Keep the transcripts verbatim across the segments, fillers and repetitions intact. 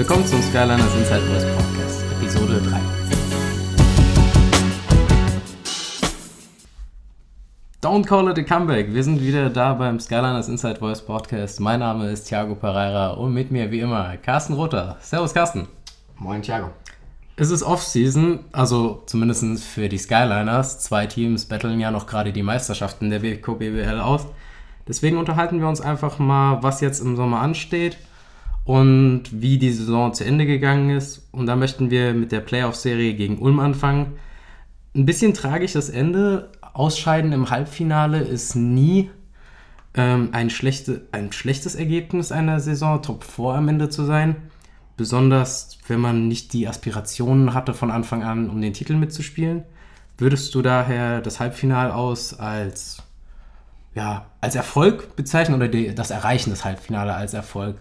Willkommen zum Skyliners Inside Voice Podcast, Episode drei. Don't call it a comeback. Wir sind wieder da beim Skyliners Inside Voice Podcast. Mein Name ist Thiago Pereira und mit mir wie immer Carsten Rother. Servus Carsten. Moin Thiago. Es ist Off-Season, also zumindest für die Skyliners. Zwei Teams battlen ja noch gerade die Meisterschaften der W K B B L aus. Deswegen unterhalten wir uns einfach mal, was jetzt im Sommer ansteht und wie die Saison zu Ende gegangen ist. Und da möchten wir mit der Playoff-Serie gegen Ulm anfangen. Ein bisschen tragisch das Ende. Ausscheiden im Halbfinale ist nie ähm, ein, schlechte, ein schlechtes Ergebnis einer Saison, Top vier am Ende zu sein. Besonders, wenn man nicht die Aspirationen hatte von Anfang an, um den Titel mitzuspielen. Würdest du daher das Halbfinale aus als, ja, als Erfolg bezeichnen oder die, das Erreichen des Halbfinale als Erfolg?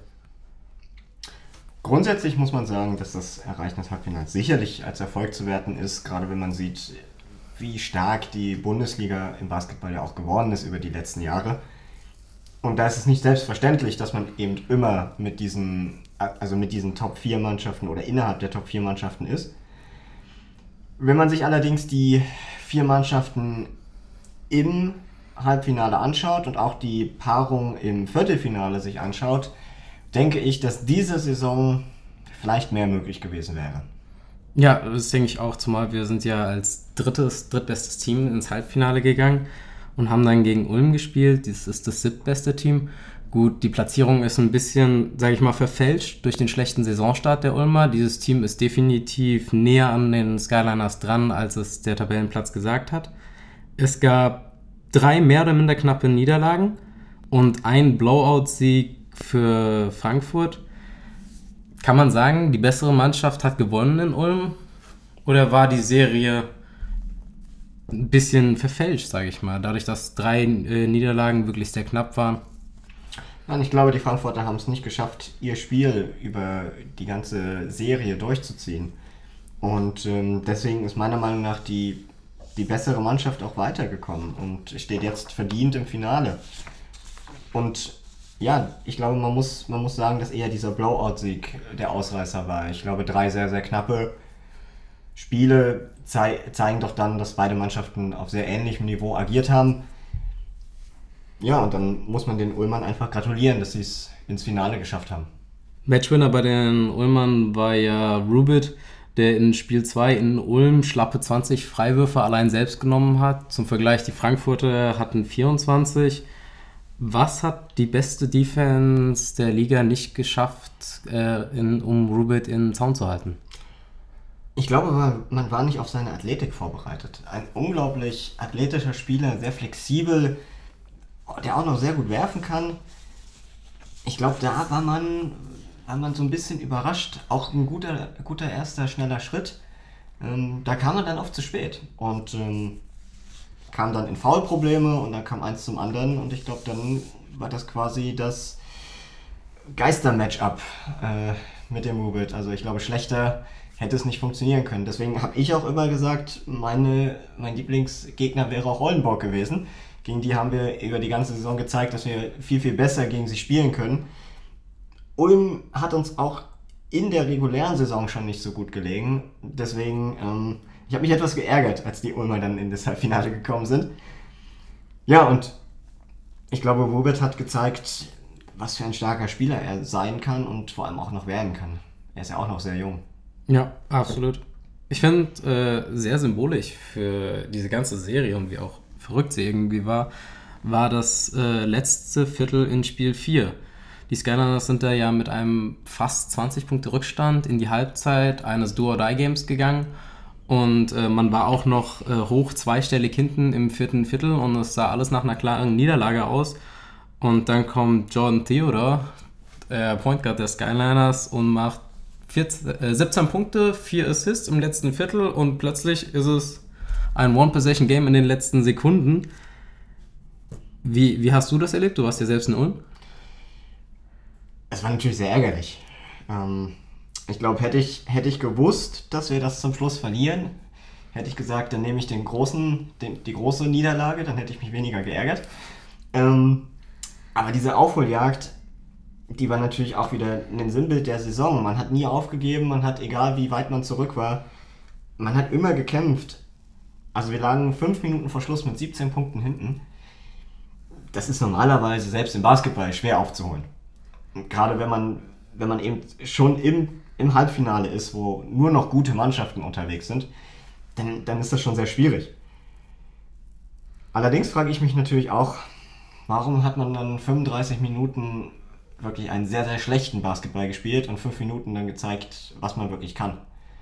Grundsätzlich muss man sagen, dass das Erreichen des Halbfinals sicherlich als Erfolg zu werten ist, gerade wenn man sieht, wie stark die Bundesliga im Basketball ja auch geworden ist über die letzten Jahre. Und da ist es nicht selbstverständlich, dass man eben immer mit diesen, also mit diesen Top vier Mannschaften oder innerhalb der Top vier Mannschaften ist. Wenn man sich allerdings die vier Mannschaften im Halbfinale anschaut und auch die Paarung im Viertelfinale sich anschaut, denke ich, dass diese Saison vielleicht mehr möglich gewesen wäre. Ja, das denke ich auch, zumal wir sind ja als drittes, drittbestes Team ins Halbfinale gegangen und haben dann gegen Ulm gespielt. Das ist das siebtbeste Team. Gut, die Platzierung ist ein bisschen, sage ich mal, verfälscht durch den schlechten Saisonstart der Ulmer. Dieses Team ist definitiv näher an den Skyliners dran, als es der Tabellenplatz gesagt hat. Es gab drei mehr oder minder knappe Niederlagen und ein Blowout-Sieg für Frankfurt. Kann man sagen, die bessere Mannschaft hat gewonnen in Ulm? Oder war die Serie ein bisschen verfälscht, sage ich mal, dadurch, dass drei äh, Niederlagen wirklich sehr knapp waren? Nein, ich glaube, die Frankfurter haben es nicht geschafft, ihr Spiel über die ganze Serie durchzuziehen. Und ähm, deswegen ist meiner Meinung nach die, die bessere Mannschaft auch weitergekommen und steht jetzt verdient im Finale. Und ja, ich glaube, man muss, man muss sagen, dass eher dieser Blowout-Sieg der Ausreißer war. Ich glaube, drei sehr, sehr knappe Spiele zei- zeigen doch dann, dass beide Mannschaften auf sehr ähnlichem Niveau agiert haben. Ja, und dann muss man den Ulmern einfach gratulieren, dass sie es ins Finale geschafft haben. Matchwinner bei den Ulmern war ja Rubit, der in Spiel zwei in Ulm schlappe zwanzig Freiwürfe allein selbst genommen hat. Zum Vergleich, die Frankfurter hatten vierundzwanzig. Was hat die beste Defense der Liga nicht geschafft, äh, in, um Rubit in den Zaun zu halten? Ich glaube, man war nicht auf seine Athletik vorbereitet. Ein unglaublich athletischer Spieler, sehr flexibel, der auch noch sehr gut werfen kann. Ich glaube, da war man, war man so ein bisschen überrascht. Auch ein guter, guter erster, schneller Schritt. Ähm, da kam man dann oft zu spät. Und ähm, kam dann in Foulprobleme und dann kam eins zum anderen und ich glaube, dann war das quasi das Geister-Matchup äh, mit dem Rubit. Also ich glaube, schlechter hätte es nicht funktionieren können. Deswegen habe ich auch immer gesagt, meine, mein Lieblingsgegner wäre auch Oldenburg gewesen. Gegen die haben wir über die ganze Saison gezeigt, dass wir viel, viel besser gegen sie spielen können. Ulm hat uns auch in der regulären Saison schon nicht so gut gelegen. Deswegen ähm, ich habe mich etwas geärgert, als die Ulmer dann in das Halbfinale gekommen sind. Ja, und ich glaube, Rubit hat gezeigt, was für ein starker Spieler er sein kann und vor allem auch noch werden kann. Er ist ja auch noch sehr jung. Ja, absolut. Ich finde, äh, sehr symbolisch für diese ganze Serie und wie auch verrückt sie irgendwie war, war das äh, letzte Viertel in Spiel vier. Die Skyliners sind da ja mit einem fast zwanzig Punkte Rückstand in die Halbzeit eines Do-or-Die-Games gegangen. Und äh, man war auch noch äh, hoch zweistellig hinten im vierten Viertel und es sah alles nach einer klaren Niederlage aus. Und dann kommt Jordan Theodore, der Point Guard der Skyliners, und macht vierzehn, äh, siebzehn Punkte, vier Assists im letzten Viertel und plötzlich ist es ein One-Possession-Game in den letzten Sekunden. Wie, wie hast du das erlebt? Du warst ja selbst in Ulm. Es war natürlich sehr ärgerlich. Ähm Ich glaube, hätte ich, hätte ich gewusst, dass wir das zum Schluss verlieren, hätte ich gesagt, dann nehme ich den großen, den, die große Niederlage, dann hätte ich mich weniger geärgert. Ähm, aber diese Aufholjagd die war natürlich auch wieder ein Sinnbild der Saison. Man hat nie aufgegeben, man hat, egal wie weit man zurück war, man hat immer gekämpft. Also wir lagen fünf Minuten vor Schluss mit siebzehn Punkten hinten. Das ist normalerweise selbst im Basketball schwer aufzuholen. Und gerade wenn man, wenn man eben schon im, im Halbfinale ist, wo nur noch gute Mannschaften unterwegs sind, dann, dann ist das schon sehr schwierig. Allerdings frage ich mich natürlich auch, warum hat man dann fünfunddreißig Minuten wirklich einen sehr, sehr schlechten Basketball gespielt und fünf Minuten dann gezeigt, was man wirklich kann.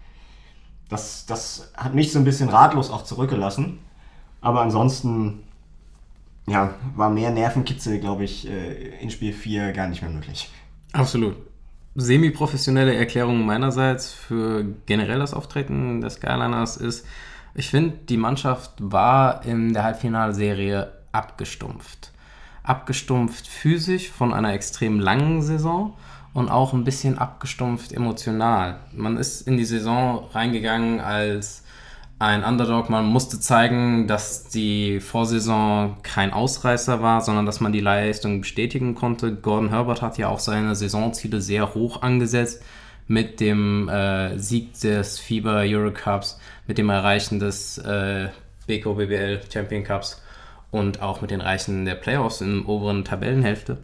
Das, das hat mich so ein bisschen ratlos auch zurückgelassen. Aber ansonsten ja, war mehr Nervenkitzel, glaube ich, in Spiel vier gar nicht mehr möglich. Absolut. Semi-professionelle Erklärung meinerseits für generell das Auftreten des Skyliners ist, ich finde, die Mannschaft war in der Halbfinalserie abgestumpft. Abgestumpft physisch von einer extrem langen Saison und auch ein bisschen abgestumpft emotional. Man ist in die Saison reingegangen als ein Underdog. Man musste zeigen, dass die Vorsaison kein Ausreißer war, sondern dass man die Leistung bestätigen konnte. Gordon Herbert hat ja auch seine Saisonziele sehr hoch angesetzt mit dem äh, Sieg des FIBA Eurocups, mit dem Erreichen des äh, B K B B L Champion Cups und auch mit den Reichen der Playoffs in der oberen Tabellenhälfte.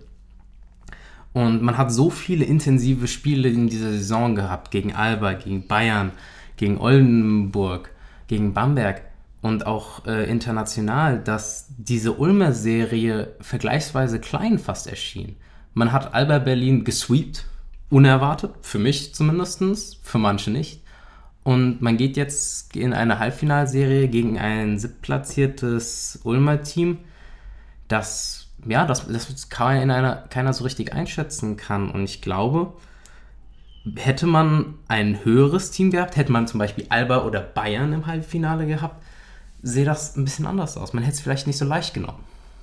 Und man hat so viele intensive Spiele in dieser Saison gehabt, gegen Alba, gegen Bayern, gegen Oldenburg, gegen Bamberg und auch äh, international, dass diese Ulmer Serie vergleichsweise klein fast erschien. Man hat Alba Berlin gesweept, unerwartet, für mich zumindest, für manche nicht. Und man geht jetzt in eine Halbfinalserie gegen ein siebtplatziertes Ulmer Team, das, ja, das, das keiner, keiner so richtig einschätzen kann. Und ich glaube, hätte man ein höheres Team gehabt, hätte man zum Beispiel Alba oder Bayern im Halbfinale gehabt, sähe das ein bisschen anders aus. Man hätte es vielleicht nicht so leicht genommen.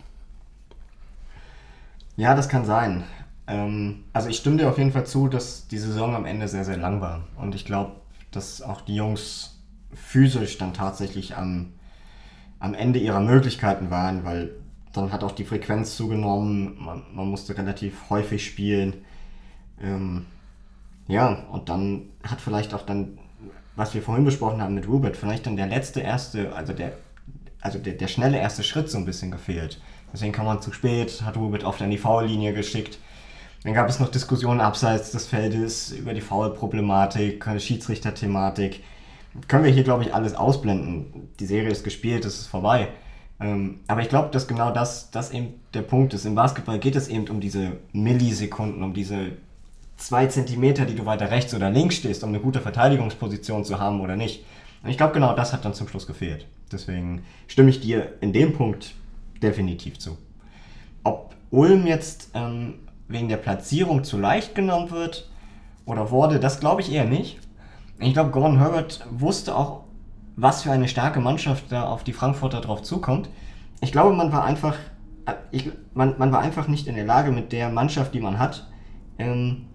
Ja, das kann sein. Ähm, also ich stimme dir auf jeden Fall zu, dass die Saison am Ende sehr, sehr lang war. Und ich glaube, dass auch die Jungs physisch dann tatsächlich am, am Ende ihrer Möglichkeiten waren, weil dann hat auch die Frequenz zugenommen, man, man musste relativ häufig spielen. Ähm, ja, und dann hat vielleicht auch dann, was wir vorhin besprochen haben mit Rubert, vielleicht dann der letzte erste, also der, also der, der schnelle erste Schritt so ein bisschen gefehlt. Deswegen kam man zu spät, hat Rubert oft an die Foul-Linie geschickt. Dann gab es noch Diskussionen abseits des Feldes über die Foul-Problematik, Schiedsrichter-Thematik. Können wir hier, glaube ich, alles ausblenden. Die Serie ist gespielt, es ist vorbei. Ähm, aber ich glaube, dass genau das, das eben der Punkt ist. Im Basketball geht es eben um diese Millisekunden, um diese zwei Zentimeter, die du weiter rechts oder links stehst, um eine gute Verteidigungsposition zu haben oder nicht. Und ich glaube, genau das hat dann zum Schluss gefehlt. Deswegen stimme ich dir in dem Punkt definitiv zu. Ob Ulm jetzt ähm, wegen der Platzierung zu leicht genommen wird oder wurde, das glaube ich eher nicht. Ich glaube, Gordon Herbert wusste auch, was für eine starke Mannschaft da auf die Frankfurter drauf zukommt. Ich glaube, man war einfach, ich, man, man war einfach nicht in der Lage, mit der Mannschaft, die man hat, ähm,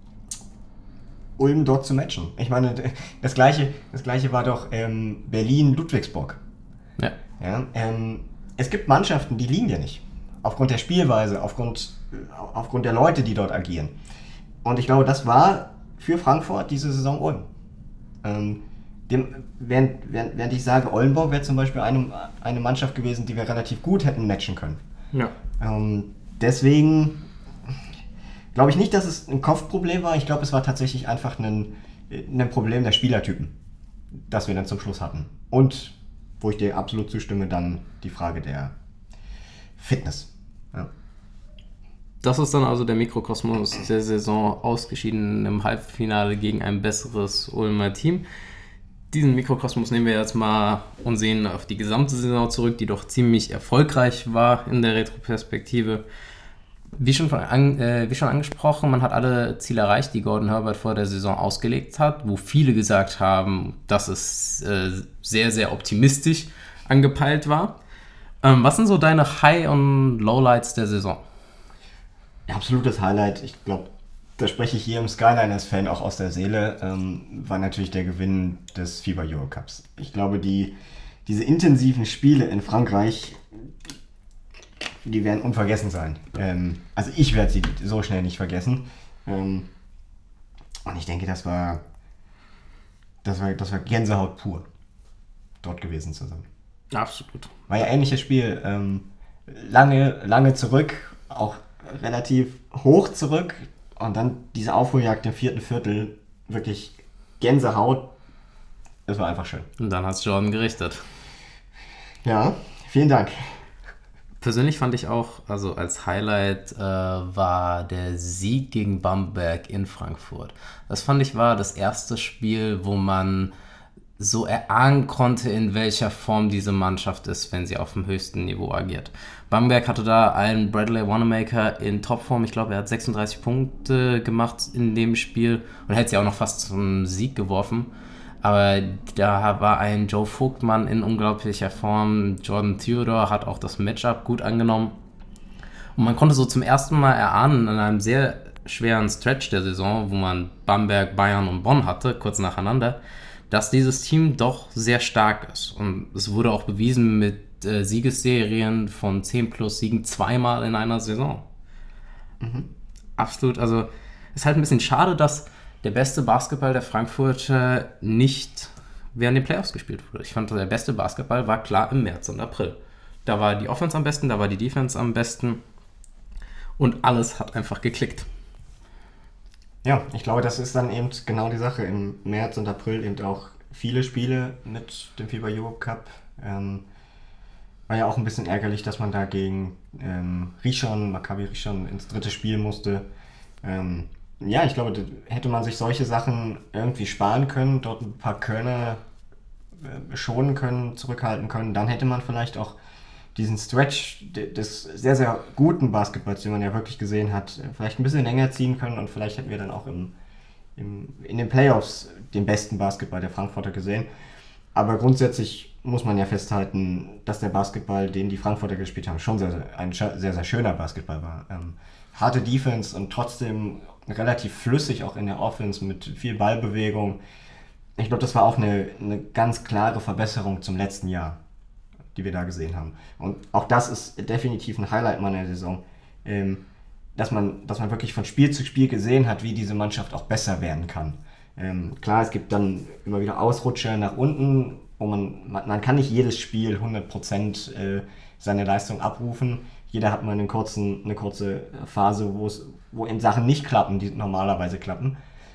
Ulm dort zu matchen. Ich meine, das gleiche, das gleiche war doch ähm, Berlin-Ludwigsburg. Ja. Ja, ähm, es gibt Mannschaften, die liegen ja nicht. Aufgrund der Spielweise, aufgrund, aufgrund der Leute, die dort agieren. Und ich glaube, das war für Frankfurt diese Saison Ulm. Ähm, dem, während, während, während ich sage, Oldenburg wäre zum Beispiel eine, eine Mannschaft gewesen, die wir relativ gut hätten matchen können. Ja. Ähm, deswegen glaube ich nicht, dass es ein Kopfproblem war. Ich glaube, es war tatsächlich einfach ein, ein Problem der Spielertypen, das wir dann zum Schluss hatten. Und, wo ich dir absolut zustimme, dann die Frage der Fitness. Ja. Das ist dann also der Mikrokosmos der Saison, ausgeschieden im Halbfinale gegen ein besseres Ulmer Team. Diesen Mikrokosmos nehmen wir jetzt mal und sehen auf die gesamte Saison zurück, die doch ziemlich erfolgreich war in der Retroperspektive. Wie schon, von an, äh, wie schon angesprochen, man hat alle Ziele erreicht, die Gordon Herbert vor der Saison ausgelegt hat, wo viele gesagt haben, dass es äh, sehr, sehr optimistisch angepeilt war. Ähm, was sind so deine High- und Lowlights der Saison? Ja, absolutes Highlight, ich glaube, da spreche ich jedem Skyliners-Fan auch aus der Seele, ähm, war natürlich der Gewinn des FIBA Eurocups. Ich glaube, die, diese intensiven Spiele in Frankreich, die werden unvergessen sein. Ähm, also ich werde sie so schnell nicht vergessen. Ähm, und ich denke, das war, das war, das war Gänsehaut pur, dort gewesen zu sein. Absolut. War ja ähnliches Spiel. Ähm, lange, lange zurück, auch relativ hoch zurück. Und dann diese Aufholjagd im vierten Viertel, wirklich Gänsehaut. Das war einfach schön. Und dann hat Jordan gerichtet. Ja, vielen Dank. Persönlich fand ich auch, also als Highlight äh, war der Sieg gegen Bamberg in Frankfurt. Das fand ich war das erste Spiel, wo man so erahnen konnte, in welcher Form diese Mannschaft ist, wenn sie auf dem höchsten Niveau agiert. Bamberg hatte da einen Bradley Wanamaker in Topform. Ich glaube, er hat sechsunddreißig Punkte gemacht in dem Spiel und hätte sie auch noch fast zum Sieg geworfen. Aber da war ein Joe Vogtmann in unglaublicher Form. Jordan Theodore hat auch das Matchup gut angenommen. Und man konnte so zum ersten Mal erahnen, in einem sehr schweren Stretch der Saison, wo man Bamberg, Bayern und Bonn hatte, kurz nacheinander, dass dieses Team doch sehr stark ist. Und es wurde auch bewiesen mit äh, Siegesserien von zehn plus Siegen zweimal in einer Saison. Mhm. Absolut, also ist halt ein bisschen schade, dass der beste Basketball der Frankfurter nicht während den Playoffs gespielt wurde. Ich fand, der beste Basketball war klar im März und April. Da war die Offense am besten, da war die Defense am besten und alles hat einfach geklickt. Ja, ich glaube, das ist dann eben genau die Sache. Im März und April eben auch viele Spiele mit dem FIBA Europe Cup. Ähm, war ja auch ein bisschen ärgerlich, dass man da gegen ähm, Rishon, Maccabi Rishon ins dritte Spiel musste. Ähm, ja, ich glaube, hätte man sich solche Sachen irgendwie sparen können, dort ein paar Körner äh, schonen können, zurückhalten können, dann hätte man vielleicht auch diesen Stretch des sehr, sehr guten Basketballs, den man ja wirklich gesehen hat, vielleicht ein bisschen länger ziehen können und vielleicht hätten wir dann auch im, im, in den Playoffs den besten Basketball der Frankfurter gesehen. Aber grundsätzlich muss man ja festhalten, dass der Basketball, den die Frankfurter gespielt haben, schon sehr, sehr, ein sehr, sehr schöner Basketball war. Ähm, harte Defense und trotzdem relativ flüssig auch in der Offense mit viel Ballbewegung. Ich glaube, das war auch eine, eine ganz klare Verbesserung zum letzten Jahr, die wir da gesehen haben. Und auch das ist definitiv ein Highlight meiner Saison, ähm, dass man, dass man wirklich von Spiel zu Spiel gesehen hat, wie diese Mannschaft auch besser werden kann. Ähm, klar, es gibt dann immer wieder Ausrutscher nach unten, wo man, man, man kann nicht jedes Spiel hundert Prozent äh, seine Leistung abrufen. Jeder hat mal eine, kurzen, eine kurze Phase, wo es, wo eben Sachen nicht klappen, die normalerweise klappen.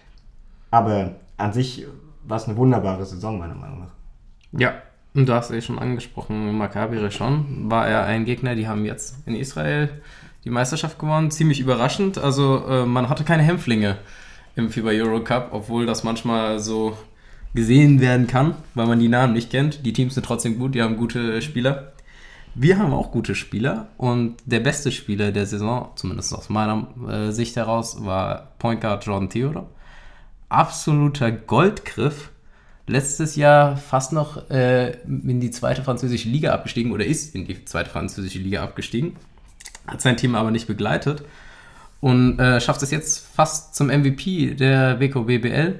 Aber an sich war es eine wunderbare Saison, meiner Meinung nach. Ja, und du hast es schon angesprochen, Maccabi Rishon war er ein Gegner, die haben jetzt in Israel die Meisterschaft gewonnen, ziemlich überraschend. Also äh, man hatte keine Hämpflinge im FIBA Euro Cup, obwohl das manchmal so gesehen werden kann, weil man die Namen nicht kennt. Die Teams sind trotzdem gut, die haben gute Spieler. Wir haben auch gute Spieler und der beste Spieler der Saison, zumindest aus meiner äh, Sicht heraus, war Point Guard Jordan Theodore. Absoluter Goldgriff. Letztes Jahr fast noch äh, in die zweite französische Liga abgestiegen oder ist in die zweite französische Liga abgestiegen. Hat sein Team aber nicht begleitet und äh, schafft es jetzt fast zum M V P der W K B B L.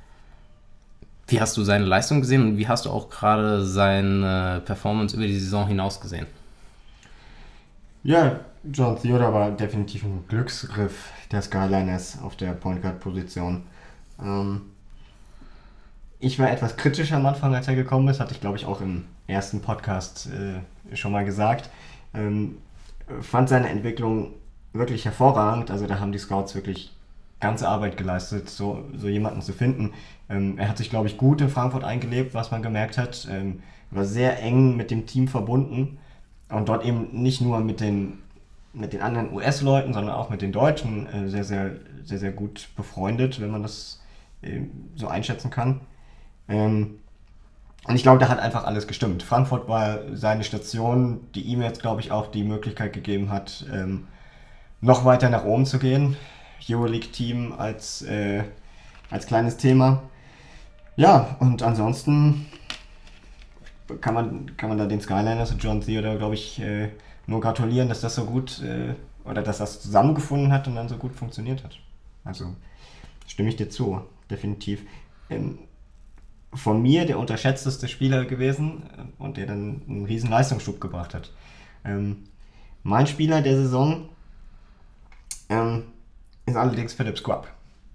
Wie hast du seine Leistung gesehen und wie hast du auch gerade seine Performance über die Saison hinaus gesehen? Ja, Jordan Theodore war definitiv ein Glücksgriff der Skyliners auf der Point Guard Position. Ähm, ich war etwas kritischer am Anfang, als er gekommen ist, hatte ich glaube ich auch im ersten Podcast äh, schon mal gesagt. Ähm, fand seine Entwicklung wirklich hervorragend, also da haben die Scouts wirklich ganze Arbeit geleistet, so, so jemanden zu finden. Ähm, er hat sich, glaube ich, gut in Frankfurt eingelebt, was man gemerkt hat. Ähm, war sehr eng mit dem Team verbunden und dort eben nicht nur mit den, mit den anderen U S-Leuten, sondern auch mit den Deutschen äh, sehr, sehr, sehr, sehr gut befreundet, wenn man das äh, so einschätzen kann. Ähm, und ich glaube, da hat einfach alles gestimmt. Frankfurt war seine Station, die ihm jetzt, glaube ich, auch die Möglichkeit gegeben hat, ähm, noch weiter nach oben zu gehen. Euroleague-Team als, äh, als kleines Thema. Ja, und ansonsten kann man, kann man da den Skyliners und John Theodore, glaube ich, äh, nur gratulieren, dass das so gut äh, oder dass das zusammengefunden hat und dann so gut funktioniert hat. Also stimme ich dir zu, definitiv. Ähm, von mir der unterschätzteste Spieler gewesen und der dann einen riesen Leistungsschub gebracht hat. Ähm, Mein Spieler der Saison ähm, ist allerdings Philipp Scrub.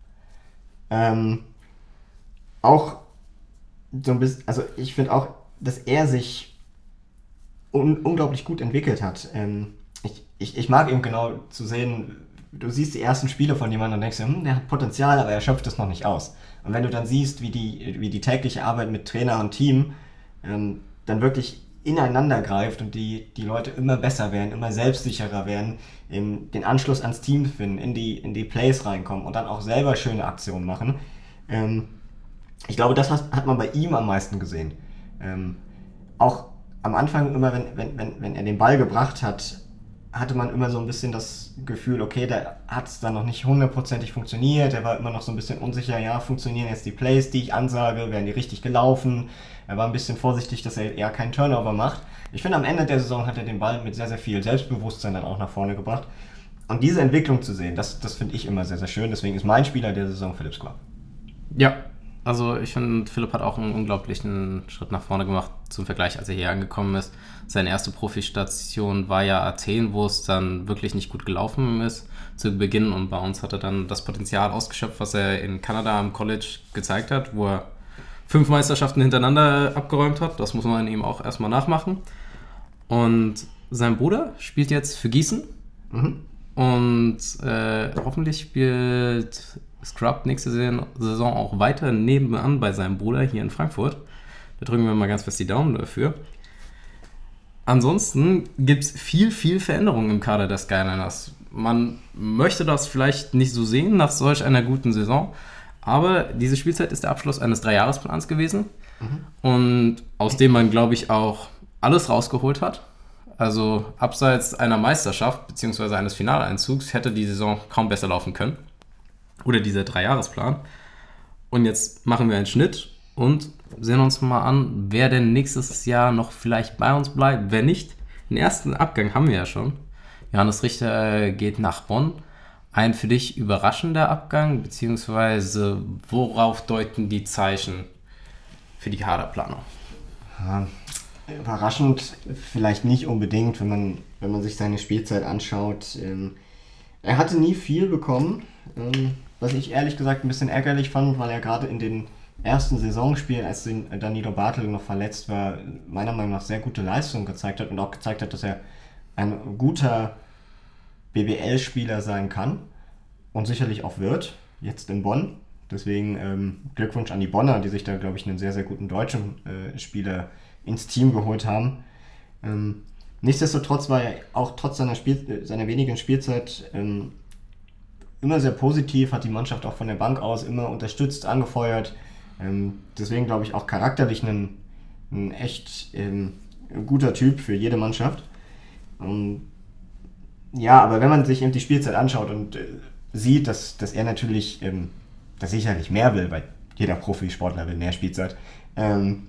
Ähm, auch so ein bisschen, also ich finde auch, dass er sich un- unglaublich gut entwickelt hat. Ähm, ich, ich, ich mag eben genau zu sehen, du siehst die ersten Spiele von jemandem und denkst dir, hm, der hat Potenzial, aber er schöpft es noch nicht aus. Und wenn du dann siehst, wie die, wie die tägliche Arbeit mit Trainer und Team ähm, dann wirklich ineinander greift und die, die Leute immer besser werden, immer selbstsicherer werden, ähm, den Anschluss ans Team finden, in die, in die Plays reinkommen und dann auch selber schöne Aktionen machen. Ähm, ich glaube, das hat man bei ihm am meisten gesehen. Ähm, auch am Anfang immer, wenn, wenn, wenn, wenn er den Ball gebracht hat, hatte man immer so ein bisschen das Gefühl, okay, da hat es dann noch nicht hundertprozentig funktioniert, er war immer noch so ein bisschen unsicher, ja, funktionieren jetzt die Plays, die ich ansage, werden die richtig gelaufen, er war ein bisschen vorsichtig, dass er eher keinen Turnover macht. Ich finde, am Ende der Saison hat er den Ball mit sehr, sehr viel Selbstbewusstsein dann auch nach vorne gebracht. Und diese Entwicklung zu sehen, das, das finde ich immer sehr, sehr schön, deswegen ist mein Spieler der Saison Philipp Scrub. Ja, also ich finde, Philipp hat auch einen unglaublichen Schritt nach vorne gemacht zum Vergleich, als er hier angekommen ist. Seine erste Profistation war ja Athen, wo es dann wirklich nicht gut gelaufen ist zu Beginn. Und bei uns hat er dann das Potenzial ausgeschöpft, was er in Kanada am College gezeigt hat, wo er fünf Meisterschaften hintereinander abgeräumt hat. Das muss man ihm auch erstmal nachmachen. Und sein Bruder spielt jetzt für Gießen. Mhm. Und äh, hoffentlich spielt Scrub nächste Saison auch weiter nebenan bei seinem Bruder hier in Frankfurt. Da drücken wir mal ganz fest die Daumen dafür. Ansonsten gibt es viel, viel Veränderungen im Kader der Skyliners. Man möchte das vielleicht nicht so sehen nach solch einer guten Saison, aber diese Spielzeit ist der Abschluss eines Dreijahresplans gewesen mhm. und aus dem man, glaube ich, auch alles rausgeholt hat. Also abseits einer Meisterschaft bzw. eines Finaleinzugs hätte die Saison kaum besser laufen können. Oder dieser Dreijahresplan. Und jetzt machen wir einen Schnitt und sehen uns mal an, wer denn nächstes Jahr noch vielleicht bei uns bleibt. Wer nicht, den ersten Abgang haben wir ja schon. Johannes Richter geht nach Bonn. Ein für dich überraschender Abgang, beziehungsweise worauf deuten die Zeichen für die Kaderplanung? Ja, überraschend vielleicht nicht unbedingt, wenn man, wenn man sich seine Spielzeit anschaut. Ähm, er hatte nie viel bekommen, ähm, was ich ehrlich gesagt ein bisschen ärgerlich fand, weil er gerade in den ersten Saisonspielen, als Danilo Bartel noch verletzt war, meiner Meinung nach sehr gute Leistungen gezeigt hat und auch gezeigt hat, dass er ein guter B B L-Spieler sein kann und sicherlich auch wird, jetzt in Bonn. Deswegen ähm, Glückwunsch an die Bonner, die sich da, glaube ich, einen sehr, sehr guten deutschen äh, Spieler ins Team geholt haben. Ähm, nichtsdestotrotz war er auch trotz seiner, Spiel- seiner wenigen Spielzeit ähm, immer sehr positiv, hat die Mannschaft auch von der Bank aus immer unterstützt, angefeuert. Ähm, deswegen glaube ich auch charakterlich ein, ein echt ähm, guter Typ für jede Mannschaft. Und ja, aber wenn man sich eben die Spielzeit anschaut und äh, sieht, dass, dass er natürlich ähm, dass sicherlich mehr will, weil jeder Profisportler will mehr Spielzeit. Ähm,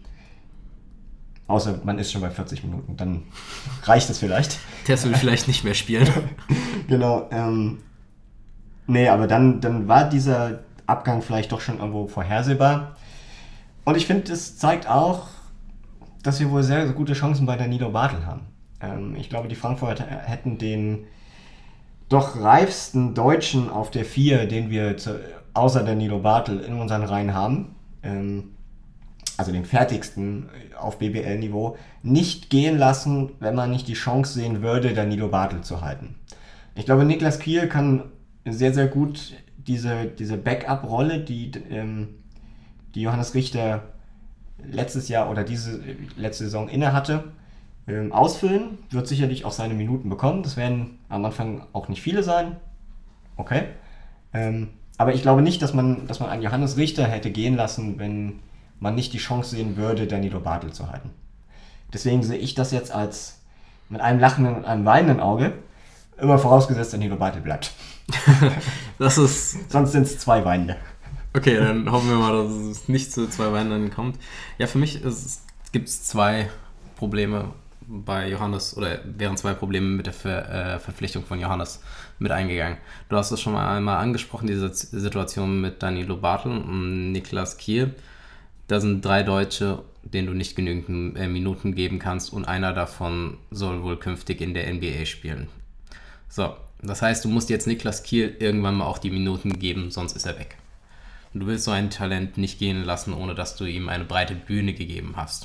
außer man ist schon bei vierzig Minuten, dann reicht es vielleicht. Der will vielleicht nicht mehr spielen. Genau. Ähm, nee, aber dann, dann war dieser Abgang vielleicht doch schon irgendwo vorhersehbar. Und ich finde, das zeigt auch, dass wir wohl sehr, sehr gute Chancen bei Danilo Bartel haben. Ähm, ich glaube, die Frankfurter hätten den doch reifsten Deutschen auf der vier, den wir zu, außer Danilo Bartel in unseren Reihen haben, ähm, also den fertigsten auf B B L-Niveau, nicht gehen lassen, wenn man nicht die Chance sehen würde, Danilo Bartel zu halten. Ich glaube, Niklas Kiel kann sehr, sehr gut diese, diese Backup-Rolle, die, ähm, die Johannes Richter letztes Jahr oder diese letzte Saison inne hatte, ähm, ausfüllen, wird sicherlich auch seine Minuten bekommen. Das werden am Anfang auch nicht viele sein. Okay. Ähm, aber ich glaube nicht, dass man, dass man einen Johannes Richter hätte gehen lassen, wenn man nicht die Chance sehen würde, Danilo Bartel zu halten. Deswegen sehe ich das jetzt als mit einem lachenden und einem weinenden Auge, immer vorausgesetzt, Danilo Bartel bleibt. Das ist... Sonst sind es zwei Weinende. Okay, dann hoffen wir mal, dass es nicht zu zwei Weinenden kommt. Ja, für mich gibt es zwei Probleme bei Johannes, oder wären zwei Probleme mit der Ver, äh, Verpflichtung von Johannes mit eingegangen. Du hast es schon mal einmal angesprochen, diese Situation mit Danilo Bartel und Niklas Kiel. da sind drei Deutsche, denen du nicht genügend äh, Minuten geben kannst und einer davon soll wohl künftig in der N B A spielen. So, das heißt, du musst jetzt Niklas Kiel irgendwann mal auch die Minuten geben, sonst ist er weg. Und du willst so ein Talent nicht gehen lassen, ohne dass du ihm eine breite Bühne gegeben hast.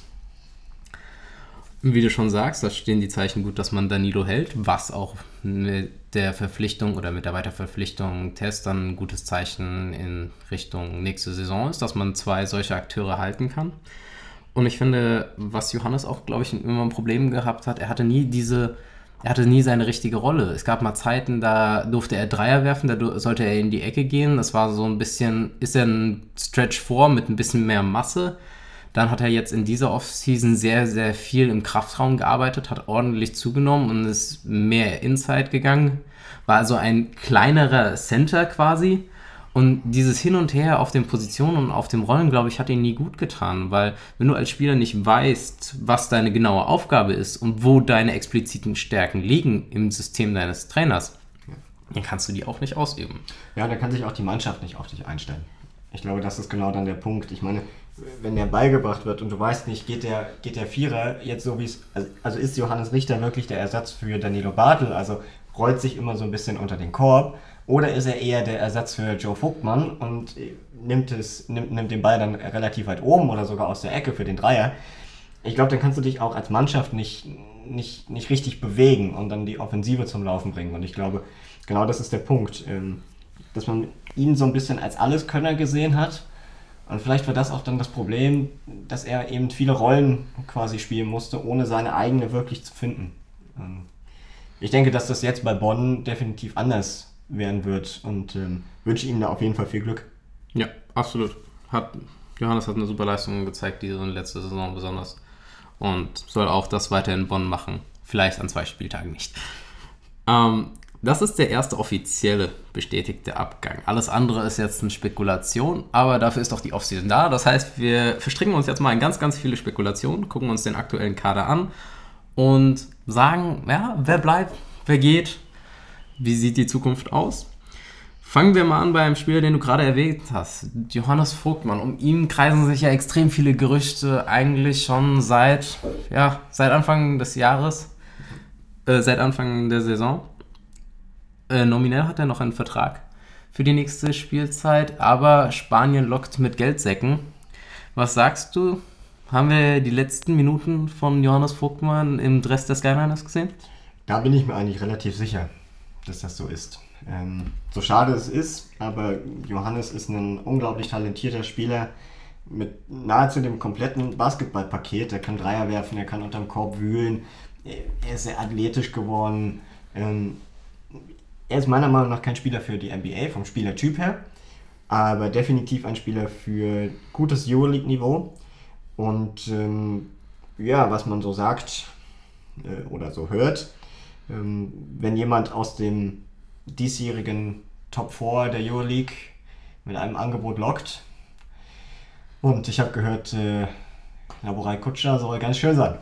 Und wie du schon sagst, da stehen die Zeichen gut, dass man Danilo hält, was auch mit der Verpflichtung oder mit der Weiterverpflichtung Test dann ein gutes Zeichen in Richtung nächste Saison ist, dass man zwei solche Akteure halten kann. Und ich finde, was Johannes auch, glaube ich, immer ein Problem gehabt hat, er hatte nie diese, er hatte nie seine richtige Rolle. Es gab mal Zeiten, da durfte er Dreier werfen, da sollte er in die Ecke gehen. Das war so ein bisschen, ist er ein Stretch vor mit ein bisschen mehr Masse. Dann hat er jetzt in dieser Offseason sehr, sehr viel im Kraftraum gearbeitet, hat ordentlich zugenommen und ist mehr Inside gegangen. War also ein kleinerer Center quasi. Und dieses Hin und Her auf den Positionen und auf den Rollen, glaube ich, hat ihn nie gut getan. Weil wenn du als Spieler nicht weißt, was deine genaue Aufgabe ist und wo deine expliziten Stärken liegen im System deines Trainers, dann kannst du die auch nicht ausüben. Ja, dann kann sich auch die Mannschaft nicht auf dich einstellen. Ich glaube, das ist genau dann der Punkt. Ich meine, wenn der Ball gebracht wird und du weißt nicht, geht der, geht der Vierer jetzt so wie es, also, also ist Johannes Richter wirklich der Ersatz für Danilo Bartel, also rollt sich immer so ein bisschen unter den Korb, oder ist er eher der Ersatz für Joe Vogtmann und nimmt, es, nimmt, nimmt den Ball dann relativ weit oben oder sogar aus der Ecke für den Dreier. Ich glaube, dann kannst du dich auch als Mannschaft nicht, nicht, nicht richtig bewegen und dann die Offensive zum Laufen bringen. Und ich glaube, genau das ist der Punkt, dass man ihn so ein bisschen als Alleskönner gesehen hat. Und vielleicht war das auch dann das Problem, dass er eben viele Rollen quasi spielen musste, ohne seine eigene wirklich zu finden. Ich denke, dass das jetzt bei Bonn definitiv anders werden wird und ähm, wünsche ihm da auf jeden Fall viel Glück. Ja, absolut. Hat, Johannes hat eine super Leistung gezeigt, diese letzte Saison besonders. Und soll auch das weiter in Bonn machen. Vielleicht an zwei Spieltagen nicht. Ähm, Das ist der erste offizielle bestätigte Abgang. Alles andere ist jetzt eine Spekulation, aber dafür ist doch die Offseason da. Das heißt, wir verstricken uns jetzt mal in ganz, ganz viele Spekulationen, gucken uns den aktuellen Kader an und sagen, ja, wer bleibt, wer geht, wie sieht die Zukunft aus? Fangen wir mal an beim Spieler, den du gerade erwähnt hast, Johannes Vogtmann. Um ihn kreisen sich ja extrem viele Gerüchte, eigentlich schon seit, ja, seit Anfang des Jahres, äh, seit Anfang der Saison. Äh, nominell hat er noch einen Vertrag für die nächste Spielzeit, aber Spanien lockt mit Geldsäcken. Was sagst du? Haben wir die letzten Minuten von Johannes Vogtmann im Dress der Skyliners gesehen? Da bin ich mir eigentlich relativ sicher, dass das so ist. Ähm, so schade es ist, aber Johannes ist ein unglaublich talentierter Spieler mit nahezu dem kompletten Basketballpaket. Er kann Dreier werfen, er kann unterm Korb wühlen, er ist sehr athletisch geworden. Ähm, Er ist meiner Meinung nach kein Spieler für die N B A, vom Spielertyp her, aber definitiv ein Spieler für gutes Euroleague-Niveau. Und ähm, ja, was man so sagt äh, oder so hört, ähm, wenn jemand aus dem diesjährigen Top vier der Euroleague mit einem Angebot lockt, und ich habe gehört, äh, Laborai Kutscher soll ganz schön sein.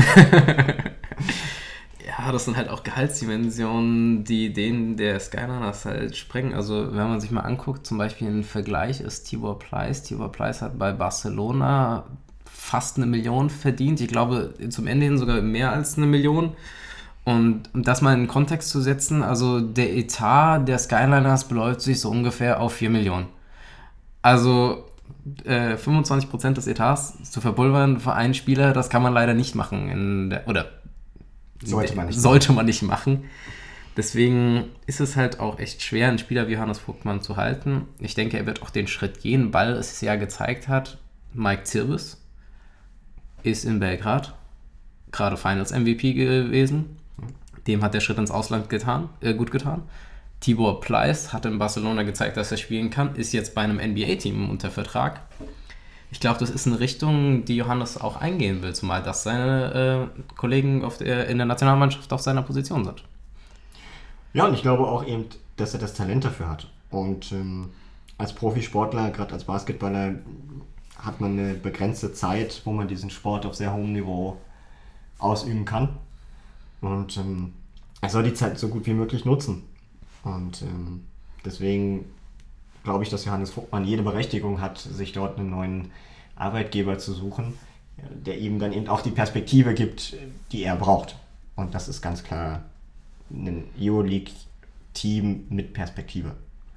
Ja, das sind halt auch Gehaltsdimensionen, die denen der Skyliners halt sprengen. Also wenn man sich mal anguckt, zum Beispiel ein Vergleich ist Tibor Pleiss. Tibor Pleiss hat bei Barcelona fast eine Million verdient. Ich glaube, zum Ende hin sogar mehr als eine Million. Und um das mal in den Kontext zu setzen, also der Etat der Skyliners beläuft sich so ungefähr auf vier Millionen. Also äh, fünfundzwanzig Prozent des Etats zu verpulvern für einen Spieler, das kann man leider nicht machen. In der, oder Sollte man nicht Sollte man nicht machen. Deswegen ist es halt auch echt schwer, einen Spieler wie Johannes Vogtmann zu halten. Ich denke, er wird auch den Schritt gehen, weil es ja gezeigt hat, Mike Zirbis ist in Belgrad gerade Finals-M V P gewesen. Dem hat der Schritt ins Ausland getan, äh, gut getan. Tibor Pleiss hat in Barcelona gezeigt, dass er spielen kann, ist jetzt bei einem N B A-Team unter Vertrag. Ich glaube, das ist eine Richtung, die Johannes auch eingehen will, zumal dass seine äh, Kollegen auf der, in der Nationalmannschaft auf seiner Position sind. Ja, und ich glaube auch eben, dass er das Talent dafür hat. Und ähm, als Profisportler, gerade als Basketballer, hat man eine begrenzte Zeit, wo man diesen Sport auf sehr hohem Niveau ausüben kann. Und ähm, er soll die Zeit so gut wie möglich nutzen. Und ähm, deswegen glaube ich, dass Johannes Vogtmann jede Berechtigung hat, sich dort einen neuen Arbeitgeber zu suchen, der ihm dann eben auch die Perspektive gibt, die er braucht. Und das ist ganz klar ein Euroleague-Team mit Perspektive.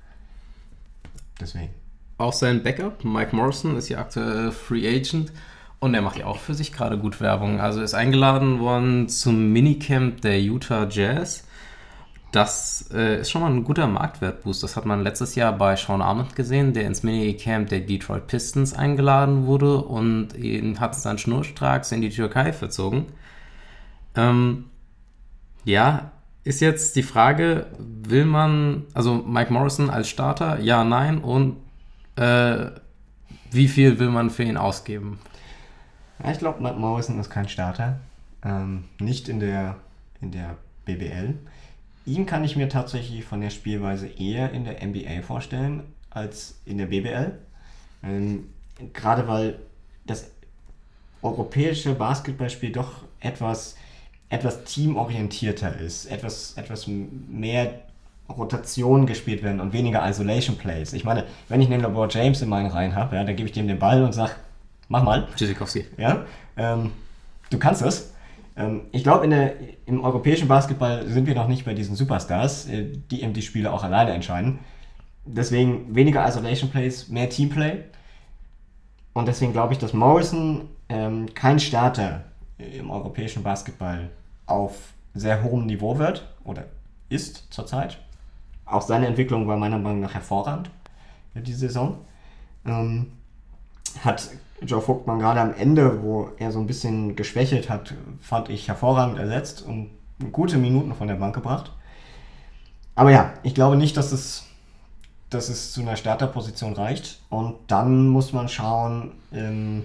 Deswegen. Auch sein Backup, Mike Morrison, ist ja aktuell Free Agent und er macht ja auch für sich gerade gut Werbung. Also ist eingeladen worden zum Minicamp der Utah Jazz. Das äh, ist schon mal ein guter Marktwertboost. Das hat man letztes Jahr bei Sean Armand gesehen, der ins Minicamp der Detroit Pistons eingeladen wurde und ihn hat es dann schnurstracks in die Türkei verzogen. Ähm, ja, ist jetzt die Frage, will man, also Mike Morrison als Starter, ja, nein, und äh, wie viel will man für ihn ausgeben? Ja, ich glaube, Mike Morrison ist kein Starter. Ähm, nicht in der, in der B B L. Ihn kann ich mir tatsächlich von der Spielweise eher in der N B A vorstellen als in der B B L. Ähm, gerade weil das europäische Basketballspiel doch etwas, etwas teamorientierter ist, etwas, etwas mehr Rotation gespielt werden und weniger Isolation Plays. Ich meine, wenn ich einen LeBron James in meinen Reihen habe, ja, dann gebe ich dem den Ball und sage, mach mal. Tschüssikowski. Ja, ähm, du kannst es. Ähm, ich glaube, im europäischen Basketball sind wir noch nicht bei diesen Superstars, äh, die eben die Spiele auch alleine entscheiden. Deswegen weniger Isolation Plays, mehr Teamplay. Und deswegen glaube ich, dass Morrison ähm, kein Starter im europäischen Basketball auf sehr hohem Niveau wird oder ist zurzeit. Auch seine Entwicklung war meiner Meinung nach hervorragend in dieser Saison. Ähm, hat Joe Vogtmann gerade am Ende, wo er so ein bisschen geschwächelt hat, fand ich hervorragend ersetzt und gute Minuten von der Bank gebracht. Aber ja, ich glaube nicht, dass es, dass es zu einer Starterposition reicht. Und dann muss man schauen, ähm,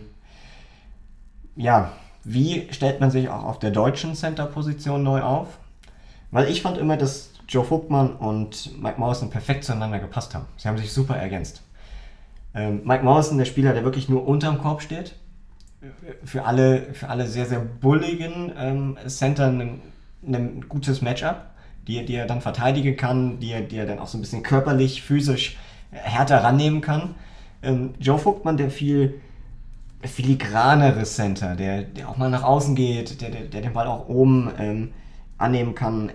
ja, wie stellt man sich auch auf der deutschen Center-Position neu auf? Weil ich fand immer, dass Joe Vogtmann und Mike Morrison perfekt zueinander gepasst haben. Sie haben sich super ergänzt. Ähm, Mike Morrison, der Spieler, der wirklich nur unterm Korb steht. Für alle, für alle sehr, sehr bulligen ähm, Center ein, ein gutes Matchup, die, die er dann verteidigen kann, die er, die er dann auch so ein bisschen körperlich, physisch härter rannehmen kann. Ähm, Joe Vogtmann, der viel filigranere Center, der, der auch mal nach außen geht, der, der, der den Ball auch oben ähm, annehmen kann.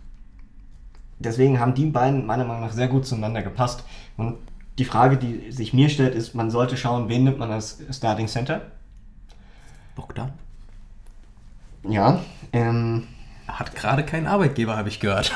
Deswegen haben die beiden meiner Meinung nach sehr gut zueinander gepasst. Und die Frage, die sich mir stellt, ist, man sollte schauen, wen nimmt man als Starting Center? Bogdan? Ja. Ähm, Hat gerade keinen Arbeitgeber, habe ich gehört.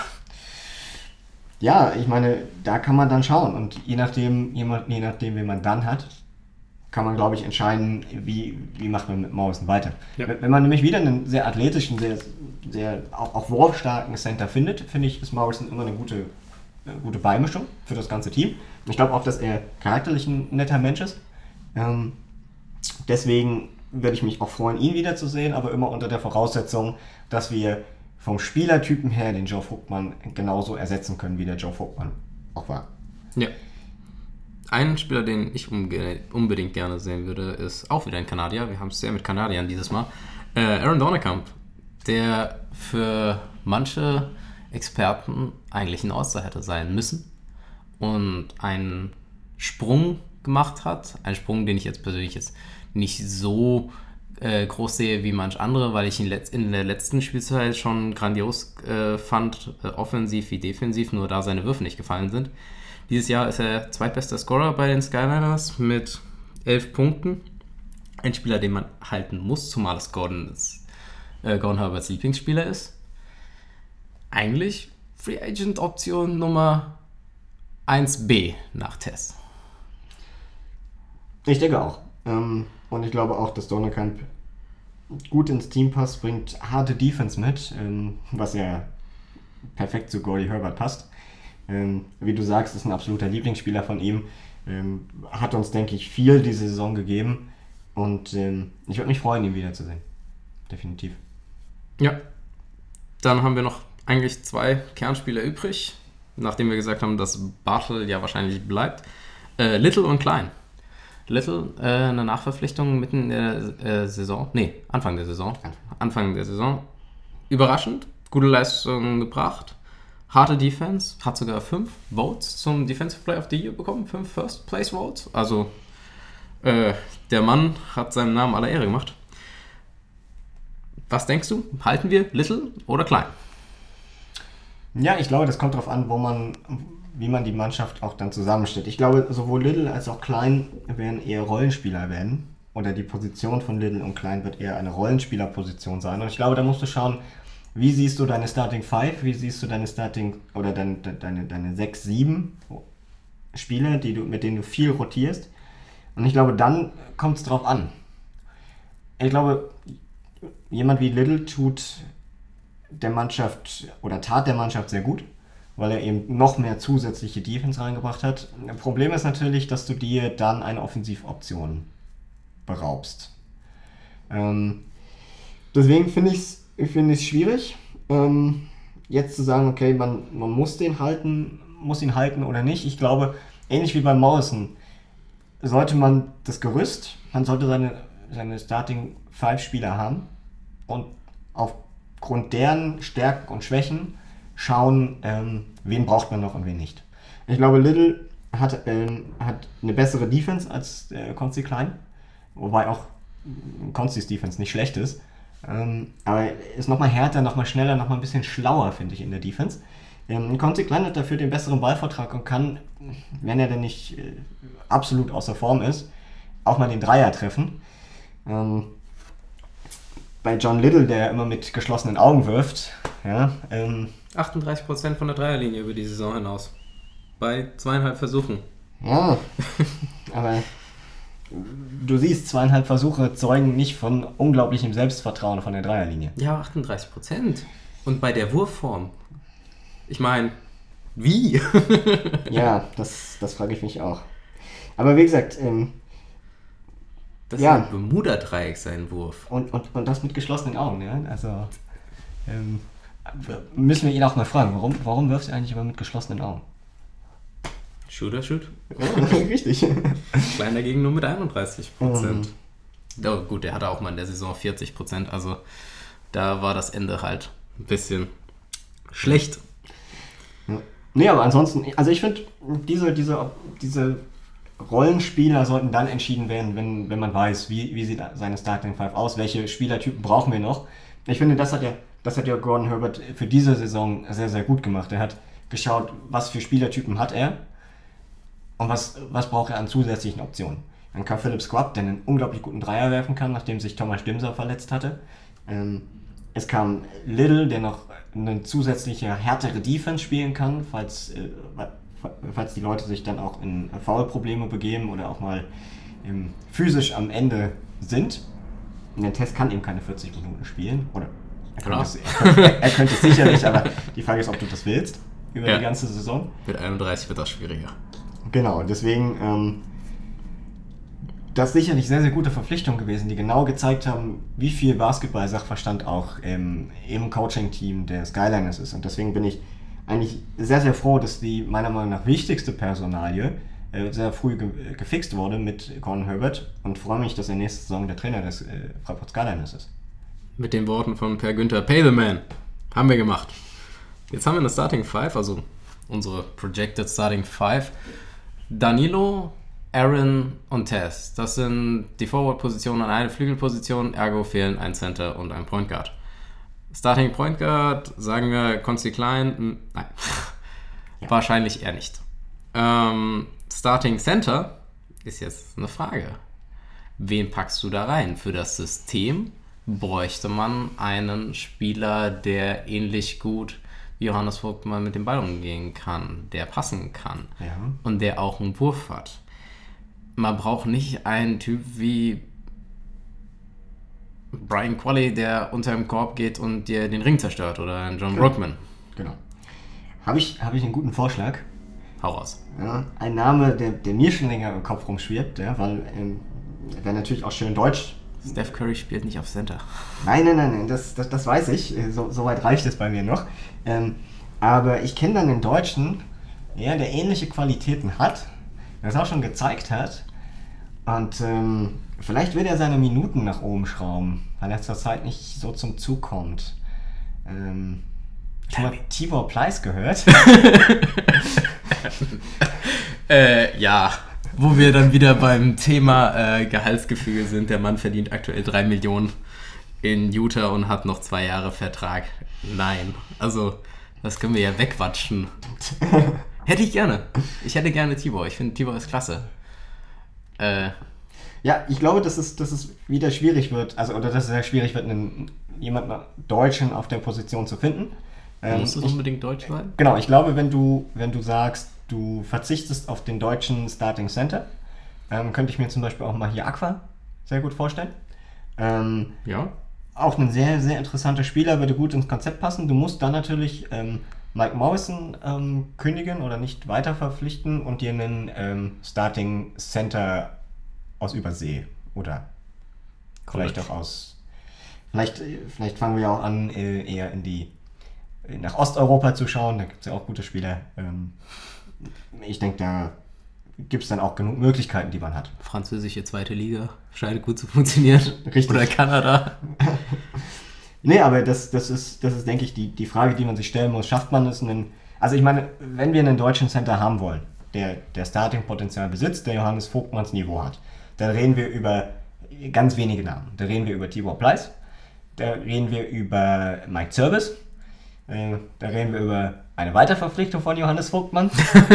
Ja, ich meine, da kann man dann schauen. Und je nachdem, je nachdem, wen man dann hat, kann man, glaube ich, entscheiden, wie, wie macht man mit Morrison weiter. Ja. Wenn man nämlich wieder einen sehr athletischen, sehr, sehr auch, auch wurfstarken Center findet, finde ich, ist Morrison immer eine gute, eine gute Beimischung für das ganze Team. Und ich glaube auch, dass er charakterlich ein netter Mensch ist. Ähm, deswegen würde ich mich auch freuen, ihn wiederzusehen, aber immer unter der Voraussetzung, dass wir vom Spielertypen her den Joe Vogtmann genauso ersetzen können, wie der Joe Vogtmann auch war. Ja. Ein Spieler, den ich unbedingt gerne sehen würde, ist auch wieder ein Kanadier. Wir haben es sehr mit Kanadiern dieses Mal. Äh, Aaron Dornekamp, der für manche Experten eigentlich ein All-Star hätte sein müssen und einen Sprung gemacht hat. Ein Sprung, den ich jetzt persönlich jetzt nicht so äh, groß sehe wie manch andere, weil ich ihn letzt, in der letzten Spielzeit schon grandios äh, fand, äh, offensiv wie defensiv, nur da seine Würfe nicht gefallen sind. Dieses Jahr ist er zweitbester Scorer bei den Skyliners mit elf Punkten. Ein Spieler, den man halten muss, zumal es Gordon, ist, äh, Gordon Herberts Lieblingsspieler ist. Eigentlich Free Agent Option Nummer eins b nach Tess. Ich denke auch. Ähm, und ich glaube auch, dass Dornekamp gut ins Team passt, bringt harte Defense mit, ähm, was ja perfekt zu Gordy Herbert passt. Ähm, wie du sagst, ist ein absoluter Lieblingsspieler von ihm. Ähm, hat uns, denke ich, viel diese Saison gegeben. Und ähm, ich würde mich freuen, ihn wiederzusehen. Definitiv. Ja. Dann haben wir noch eigentlich zwei Kernspieler übrig, nachdem wir gesagt haben, dass Bartel ja wahrscheinlich bleibt. Äh, Little und Klein. Little, äh, eine Nachverpflichtung mitten in der äh, Saison. Nee, Anfang der Saison. Anfang der Saison. Überraschend. Gute Leistung gebracht. Harte Defense, hat sogar fünf Votes zum Defensive Player of the Year bekommen, fünf First Place Votes, also Äh, der Mann hat seinem Namen aller Ehre gemacht. Was denkst du? Halten wir Little oder Klein? Ja, ich glaube, das kommt darauf an, wo man, wie man die Mannschaft auch dann zusammenstellt. Ich glaube, sowohl Little als auch Klein werden eher Rollenspieler werden. Oder die Position von Little und Klein wird eher eine Rollenspielerposition sein. Und ich glaube, da musst du schauen, wie siehst du deine Starting Five, wie siehst du deine Starting oder deine, deine, deine sechs, sieben Spieler, die du, mit denen du viel rotierst. Und ich glaube, dann kommt es drauf an. Ich glaube, jemand wie Little tut der Mannschaft oder tat der Mannschaft sehr gut, weil er eben noch mehr zusätzliche Defense reingebracht hat. Das Problem ist natürlich, dass du dir dann eine Offensivoption beraubst. Ähm, deswegen finde ich es find ich's schwierig, ähm, jetzt zu sagen, okay, man, man muss den halten, muss ihn halten oder nicht. Ich glaube, ähnlich wie bei Morrison, sollte man das Gerüst, man sollte seine, seine Starting Five Spieler haben und aufgrund deren Stärken und Schwächen schauen, ähm, wen braucht man noch und wen nicht. Ich glaube, Little hat, ähm, hat eine bessere Defense als äh, Consti Klein, wobei auch Constis Defense nicht schlecht ist. Ähm, aber er ist nochmal härter, nochmal schneller, nochmal ein bisschen schlauer, finde ich, in der Defense. Ähm, Consti Klein hat dafür den besseren Ballvertrag und kann, wenn er denn nicht äh, absolut außer Form ist, auch mal den Dreier treffen. Ähm, bei John Little, der immer mit geschlossenen Augen wirft, ja, ähm, achtunddreißig Prozent von der Dreierlinie über die Saison hinaus. Bei zweieinhalb Versuchen. Ja, aber du siehst, zweieinhalb Versuche zeugen nicht von unglaublichem Selbstvertrauen von der Dreierlinie. Ja, achtunddreißig Prozent. Und bei der Wurfform. Ich meine, wie? Ja, das, das frage ich mich auch. Aber wie gesagt, ähm, das ja. ist ein Bermuda-Dreieck, sein Wurf. Und, und, und das mit geschlossenen Augen, ja. Also ähm, müssen wir ihn auch mal fragen, warum, warum wirfst du eigentlich immer mit geschlossenen Augen? Shooter, shoot. Ja, richtig. Klein dagegen nur mit einunddreißig Prozent. Um. Oh, gut, der hatte auch mal in der Saison vierzig Prozent, also da war das Ende halt ein bisschen schlecht. Ja. Nee, aber ansonsten, also ich finde, diese, diese, diese Rollenspieler sollten dann entschieden werden, wenn, wenn man weiß, wie, wie sieht seine Starting Five aus, welche Spielertypen brauchen wir noch. Ich finde, das hat ja, das hat ja Gordon Herbert für diese Saison sehr, sehr gut gemacht. Er hat geschaut, was für Spielertypen hat er und was, was braucht er an zusätzlichen Optionen. Dann kam Philip Squab, der einen unglaublich guten Dreier werfen kann, nachdem sich Thomas Dimser verletzt hatte. Ähm, es kam Little, der noch eine zusätzliche härtere Defense spielen kann, falls, äh, falls die Leute sich dann auch in Foul-Probleme begeben oder auch mal ähm, physisch am Ende sind. Und der Test kann eben keine vierzig Minuten spielen. Oder er könnte, es, er, könnte, er könnte es sicherlich, aber die Frage ist, ob du das willst über ja. die ganze Saison. Mit einunddreißig wird das schwieriger. Genau, deswegen ähm, das ist sicherlich sehr, sehr gute Verpflichtungen gewesen, die genau gezeigt haben, wie viel Basketball-Sachverstand auch im, im Coaching-Team der Skyliners ist. Und deswegen bin ich eigentlich sehr, sehr froh, dass die meiner Meinung nach wichtigste Personalie äh, sehr früh ge- gefixt wurde mit Gordon Herbert und freue mich, dass er nächste Saison der Trainer des äh, Freiburg Skyliners ist. Mit den Worten von Per Günther, pay the man. Haben wir gemacht. Jetzt haben wir eine Starting Five, also unsere Projected Starting Five. Danilo, Aaron und Tess. Das sind die Forward-Positionen und eine Flügelposition, ergo fehlen ein Center und ein Point Guard. Starting Point Guard, sagen wir Consti Klein, nein, ja. Wahrscheinlich eher nicht. Ähm, Starting Center ist jetzt eine Frage. Wen packst du da rein? Für das System bräuchte man einen Spieler, der ähnlich gut wie Johannes Vogtmann mit dem Ball umgehen kann, der passen kann ja. und der auch einen Wurf hat. Man braucht nicht einen Typ wie Brian Qualley, der unter dem Korb geht und dir den Ring zerstört, oder einen John genau. Brookman. Genau. Habe ich, hab ich einen guten Vorschlag. Hau raus. Ja, ein Name, der, der mir schon länger im Kopf rumschwirbt, ja, weil ähm, der natürlich auch schön deutsch. Steph Curry spielt nicht auf Center. Nein, nein, nein, nein, das, das, das weiß ich. So, so weit reicht es bei mir noch. Ähm, aber ich kenne dann den Deutschen, ja, der ähnliche Qualitäten hat, der es auch schon gezeigt hat. Und ähm, vielleicht will er seine Minuten nach oben schrauben, weil er zurzeit nicht so zum Zug kommt. Ähm, schon mal Tibor Pleiss gehört? äh, ja. Wo wir dann wieder beim Thema äh, Gehaltsgefüge sind. Der Mann verdient aktuell drei Millionen in Utah und hat noch zwei Jahre Vertrag. Nein, also das können wir ja wegwatschen. Hätte ich gerne. Ich hätte gerne Tibor. Ich finde, Tibor ist klasse. Äh, ja, ich glaube, dass es, dass es wieder schwierig wird, also oder dass es sehr schwierig wird, einen, jemanden Deutschen auf der Position zu finden. Ähm, muss es ich, unbedingt Deutsch sein? Genau, ich glaube, wenn du, wenn du sagst, du verzichtest auf den deutschen Starting Center, ähm, könnte ich mir zum Beispiel auch mal hier Aqua sehr gut vorstellen. Ähm, ja. Auch ein sehr, sehr interessanter Spieler, würde gut ins Konzept passen. Du musst dann natürlich ähm, Mike Morrison ähm, kündigen oder nicht weiter verpflichten und dir einen ähm, Starting Center aus Übersee oder College. Vielleicht auch aus... Vielleicht, vielleicht fangen wir auch an, äh, eher in die nach Osteuropa zu schauen. Da gibt es ja auch gute Spieler. Ähm, ich denke, da gibt es dann auch genug Möglichkeiten, die man hat. Französische zweite Liga scheint gut zu funktionieren. Richtig. Oder Kanada. Nee, aber das, das ist, das ist, denke ich, die, die Frage, die man sich stellen muss. Schafft man es, einen... Also ich meine, wenn wir einen deutschen Center haben wollen, der, der Starting-Potenzial besitzt, der Johannes Vogtmanns Niveau hat, dann reden wir über ganz wenige Namen. Da reden wir über Tibor Pleiss, da reden wir über Mike Zerbis, äh, da reden wir über eine Weiterverpflichtung von Johannes Vogtmann.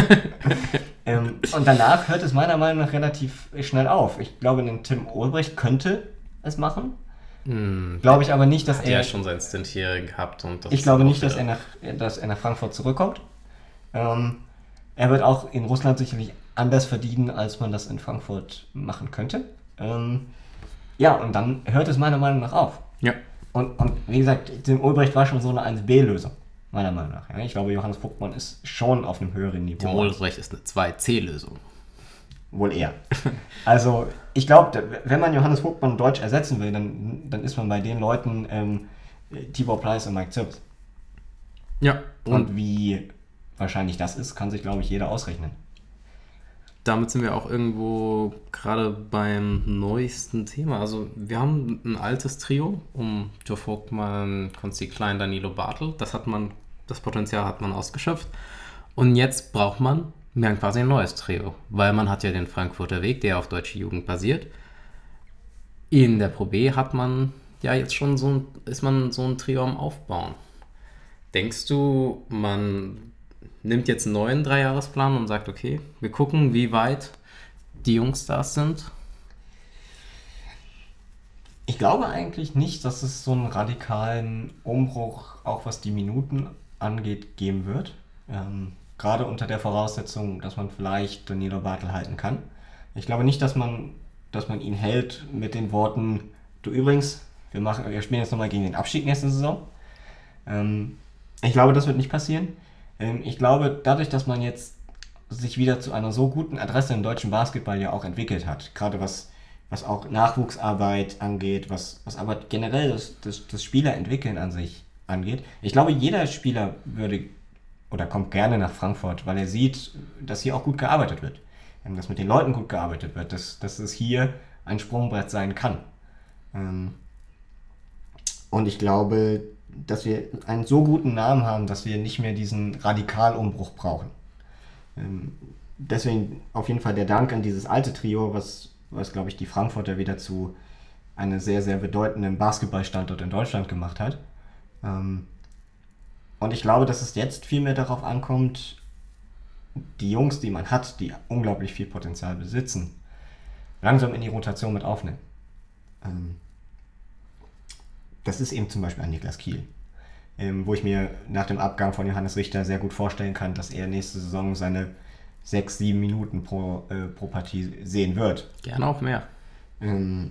ähm, und danach hört es meiner Meinung nach relativ schnell auf. Ich glaube, ein Tim Olbrecht könnte es machen. Hm, glaube ich aber nicht, dass hat er... ja schon sein Stint hier gehabt. Und das ich glaube nicht, dass er, nach, dass er nach Frankfurt zurückkommt. Ähm, er wird auch in Russland sicherlich anders verdienen, als man das in Frankfurt machen könnte. Ähm, ja, und dann hört es meiner Meinung nach auf. Ja. Und, und wie gesagt, Tim Olbrecht war schon so eine eins B Lösung, meiner Meinung nach. Ja, ich glaube, Johannes Vogtmann ist schon auf einem höheren Niveau. Tim Olbrecht ist eine zwei C Lösung. Wohl eher. Also, ich glaube, wenn man Johannes Vogtmann Deutsch ersetzen will, dann, dann ist man bei den Leuten ähm, Tibor Pleiss und Mike Zerbis. Ja. Und, und wie wahrscheinlich das ist, kann sich, glaube ich, jeder ausrechnen. Damit sind wir auch irgendwo gerade beim neuesten Thema. Also wir haben ein altes Trio um Joe Vogtmann, Konsti Klein, Danilo Bartel. Das hat man, das Potenzial hat man ausgeschöpft. Und jetzt braucht man mehr quasi ein neues Trio, weil man hat ja den Frankfurter Weg, der auf deutsche Jugend basiert. In der Pro B hat man ja jetzt schon so ein, ist man so ein Trio am Aufbauen. Denkst du, man nimmt jetzt einen neuen Dreijahresplan und sagt, okay, wir gucken, wie weit die Jungstars sind? Ich glaube eigentlich nicht, dass es so einen radikalen Umbruch, auch was die Minuten angeht, geben wird. Ähm, gerade unter der Voraussetzung, dass man vielleicht Danilo Bartel halten kann. Ich glaube nicht, dass man, dass man ihn hält mit den Worten, du übrigens, wir, machen, wir spielen jetzt nochmal gegen den Abstieg nächste Saison. Ähm, ich glaube, das wird nicht passieren. Ähm, ich glaube, dadurch, dass man jetzt sich wieder zu einer so guten Adresse im deutschen Basketball ja auch entwickelt hat, gerade was, was auch Nachwuchsarbeit angeht, was, was aber generell das, das, das Spielerentwickeln an sich angeht. Ich glaube, jeder Spieler würde oder kommt gerne nach Frankfurt, weil er sieht, dass hier auch gut gearbeitet wird. Dass mit den Leuten gut gearbeitet wird, dass, dass es hier ein Sprungbrett sein kann. Und ich glaube, dass wir einen so guten Namen haben, dass wir nicht mehr diesen Radikalumbruch brauchen. Deswegen auf jeden Fall der Dank an dieses alte Trio, was, was glaube ich, die Frankfurter wieder zu einem sehr, sehr bedeutenden Basketballstandort in Deutschland gemacht hat. Und ich glaube, dass es jetzt viel mehr darauf ankommt, die Jungs, die man hat, die unglaublich viel Potenzial besitzen, langsam in die Rotation mit aufnehmen. Das ist eben zum Beispiel ein Niklas Kiel, wo ich mir nach dem Abgang von Johannes Richter sehr gut vorstellen kann, dass er nächste Saison seine sechs, sieben Minuten pro, äh, pro Partie sehen wird. Gerne auch mehr. Ähm,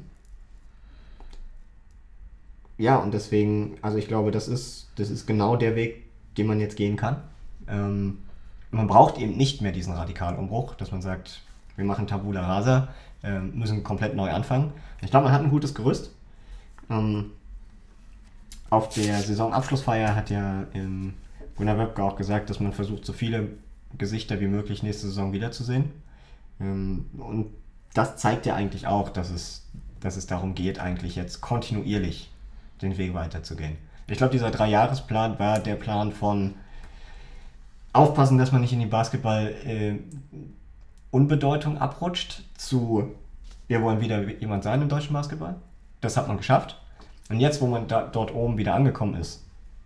ja, und deswegen, also ich glaube, das ist, das ist genau der Weg, den man jetzt gehen kann. Ähm, man braucht eben nicht mehr diesen Radikalumbruch, dass man sagt, wir machen Tabula Rasa, äh, müssen komplett neu anfangen. Ich glaube, man hat ein gutes Gerüst. Ähm, auf der Saisonabschlussfeier hat ja ähm, Gunnar Wöbke auch gesagt, dass man versucht, so viele Gesichter wie möglich nächste Saison wiederzusehen. Ähm, und das zeigt ja eigentlich auch, dass es, dass es darum geht, eigentlich jetzt kontinuierlich den Weg weiterzugehen. Ich glaube, dieser Dreijahresplan war der Plan von aufpassen, dass man nicht in die Basketball, äh, Unbedeutung abrutscht zu, wir wollen wieder jemand sein im deutschen Basketball. Das hat man geschafft. Und jetzt, wo man da, dort oben wieder angekommen ist,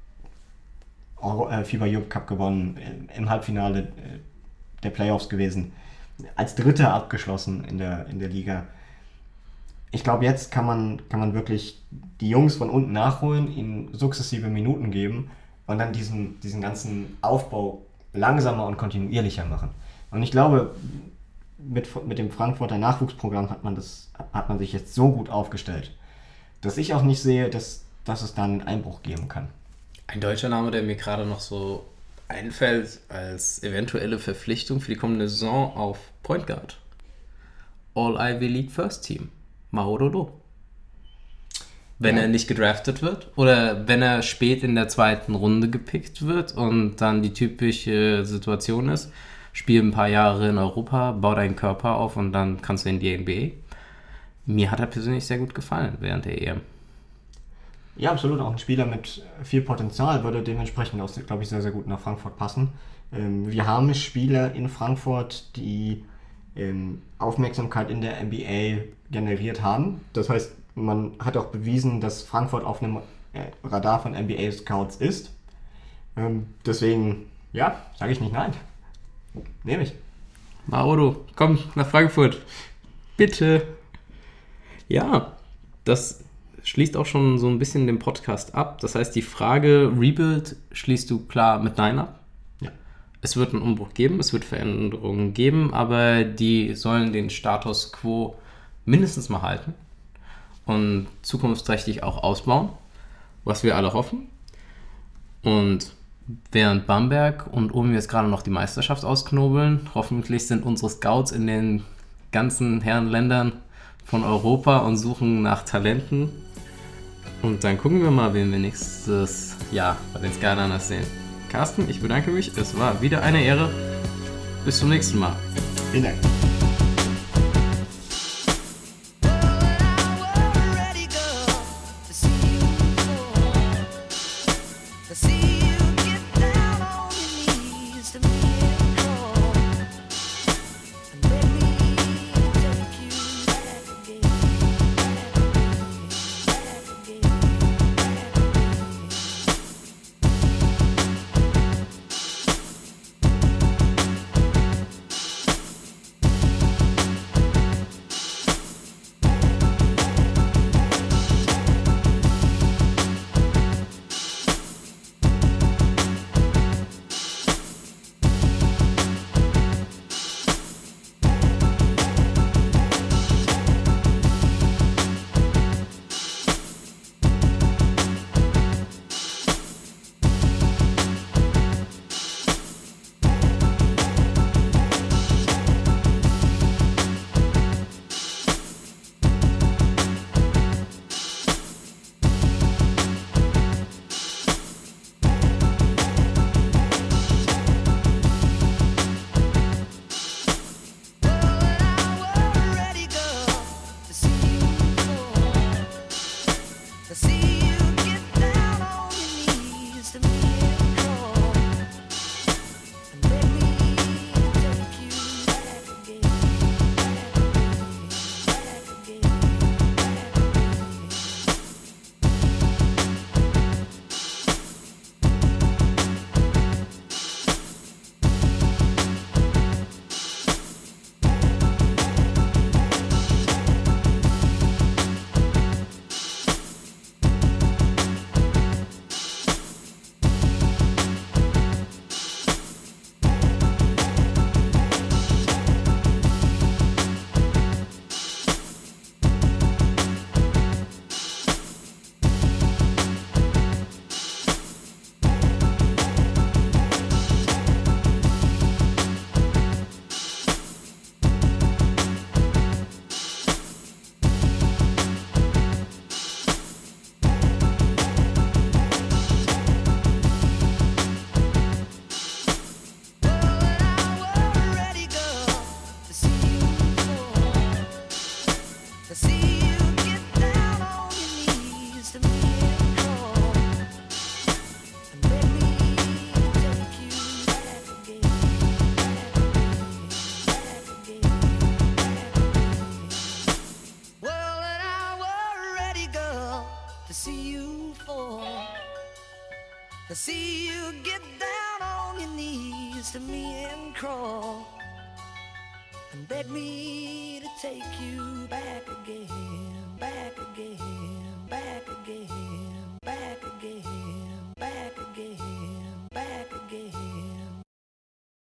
Euro, äh, FIBA Europe Cup gewonnen, äh, im Halbfinale äh, der Playoffs gewesen, als Dritter abgeschlossen in der, in der Liga. Ich glaube, jetzt kann man, kann man wirklich die Jungs von unten nachholen, ihnen sukzessive Minuten geben und dann diesen, diesen ganzen Aufbau langsamer und kontinuierlicher machen. Und ich glaube, mit, mit dem Frankfurter Nachwuchsprogramm hat man, das, hat man sich jetzt so gut aufgestellt, dass ich auch nicht sehe, dass, dass es da einen Einbruch geben kann. Ein deutscher Name, der mir gerade noch so einfällt als eventuelle Verpflichtung für die kommende Saison auf Point Guard. All-Ivy League First Team. Maodo. Wenn ja. er nicht gedraftet wird oder wenn er spät in der zweiten Runde gepickt wird und dann die typische Situation ist, spiel ein paar Jahre in Europa, bau deinen Körper auf und dann kannst du in die N B A. Mir hat er persönlich sehr gut gefallen während der E M. Ja, absolut. Auch ein Spieler mit viel Potenzial würde dementsprechend auch, glaube ich, sehr, sehr gut nach Frankfurt passen. Ähm, wir haben Spieler in Frankfurt, die ähm, Aufmerksamkeit in der N B A generiert haben. Das heißt, man hat auch bewiesen, dass Frankfurt auf einem äh, Radar von N B A-Scouts ist. Ähm, deswegen, ja, sage ich nicht nein. Nehme ich. Maodo, komm nach Frankfurt. Bitte. Ja, das schließt auch schon so ein bisschen den Podcast ab. Das heißt, die Frage Rebuild schließt du klar mit Nein ab. Ja. Es wird einen Umbruch geben, es wird Veränderungen geben, aber die sollen den Status quo mindestens mal halten und zukunftsträchtig auch ausbauen, was wir alle hoffen. Und während Bamberg und Ulm jetzt gerade noch die Meisterschaft ausknobeln, hoffentlich sind unsere Scouts in den ganzen Herrenländern von Europa und suchen nach Talenten. Und dann gucken wir mal, wen wir nächstes Jahr bei den Skyliners sehen. Carsten, ich bedanke mich. Es war wieder eine Ehre. Bis zum nächsten Mal. Vielen Dank. to me and crawl and beg me to take you back again.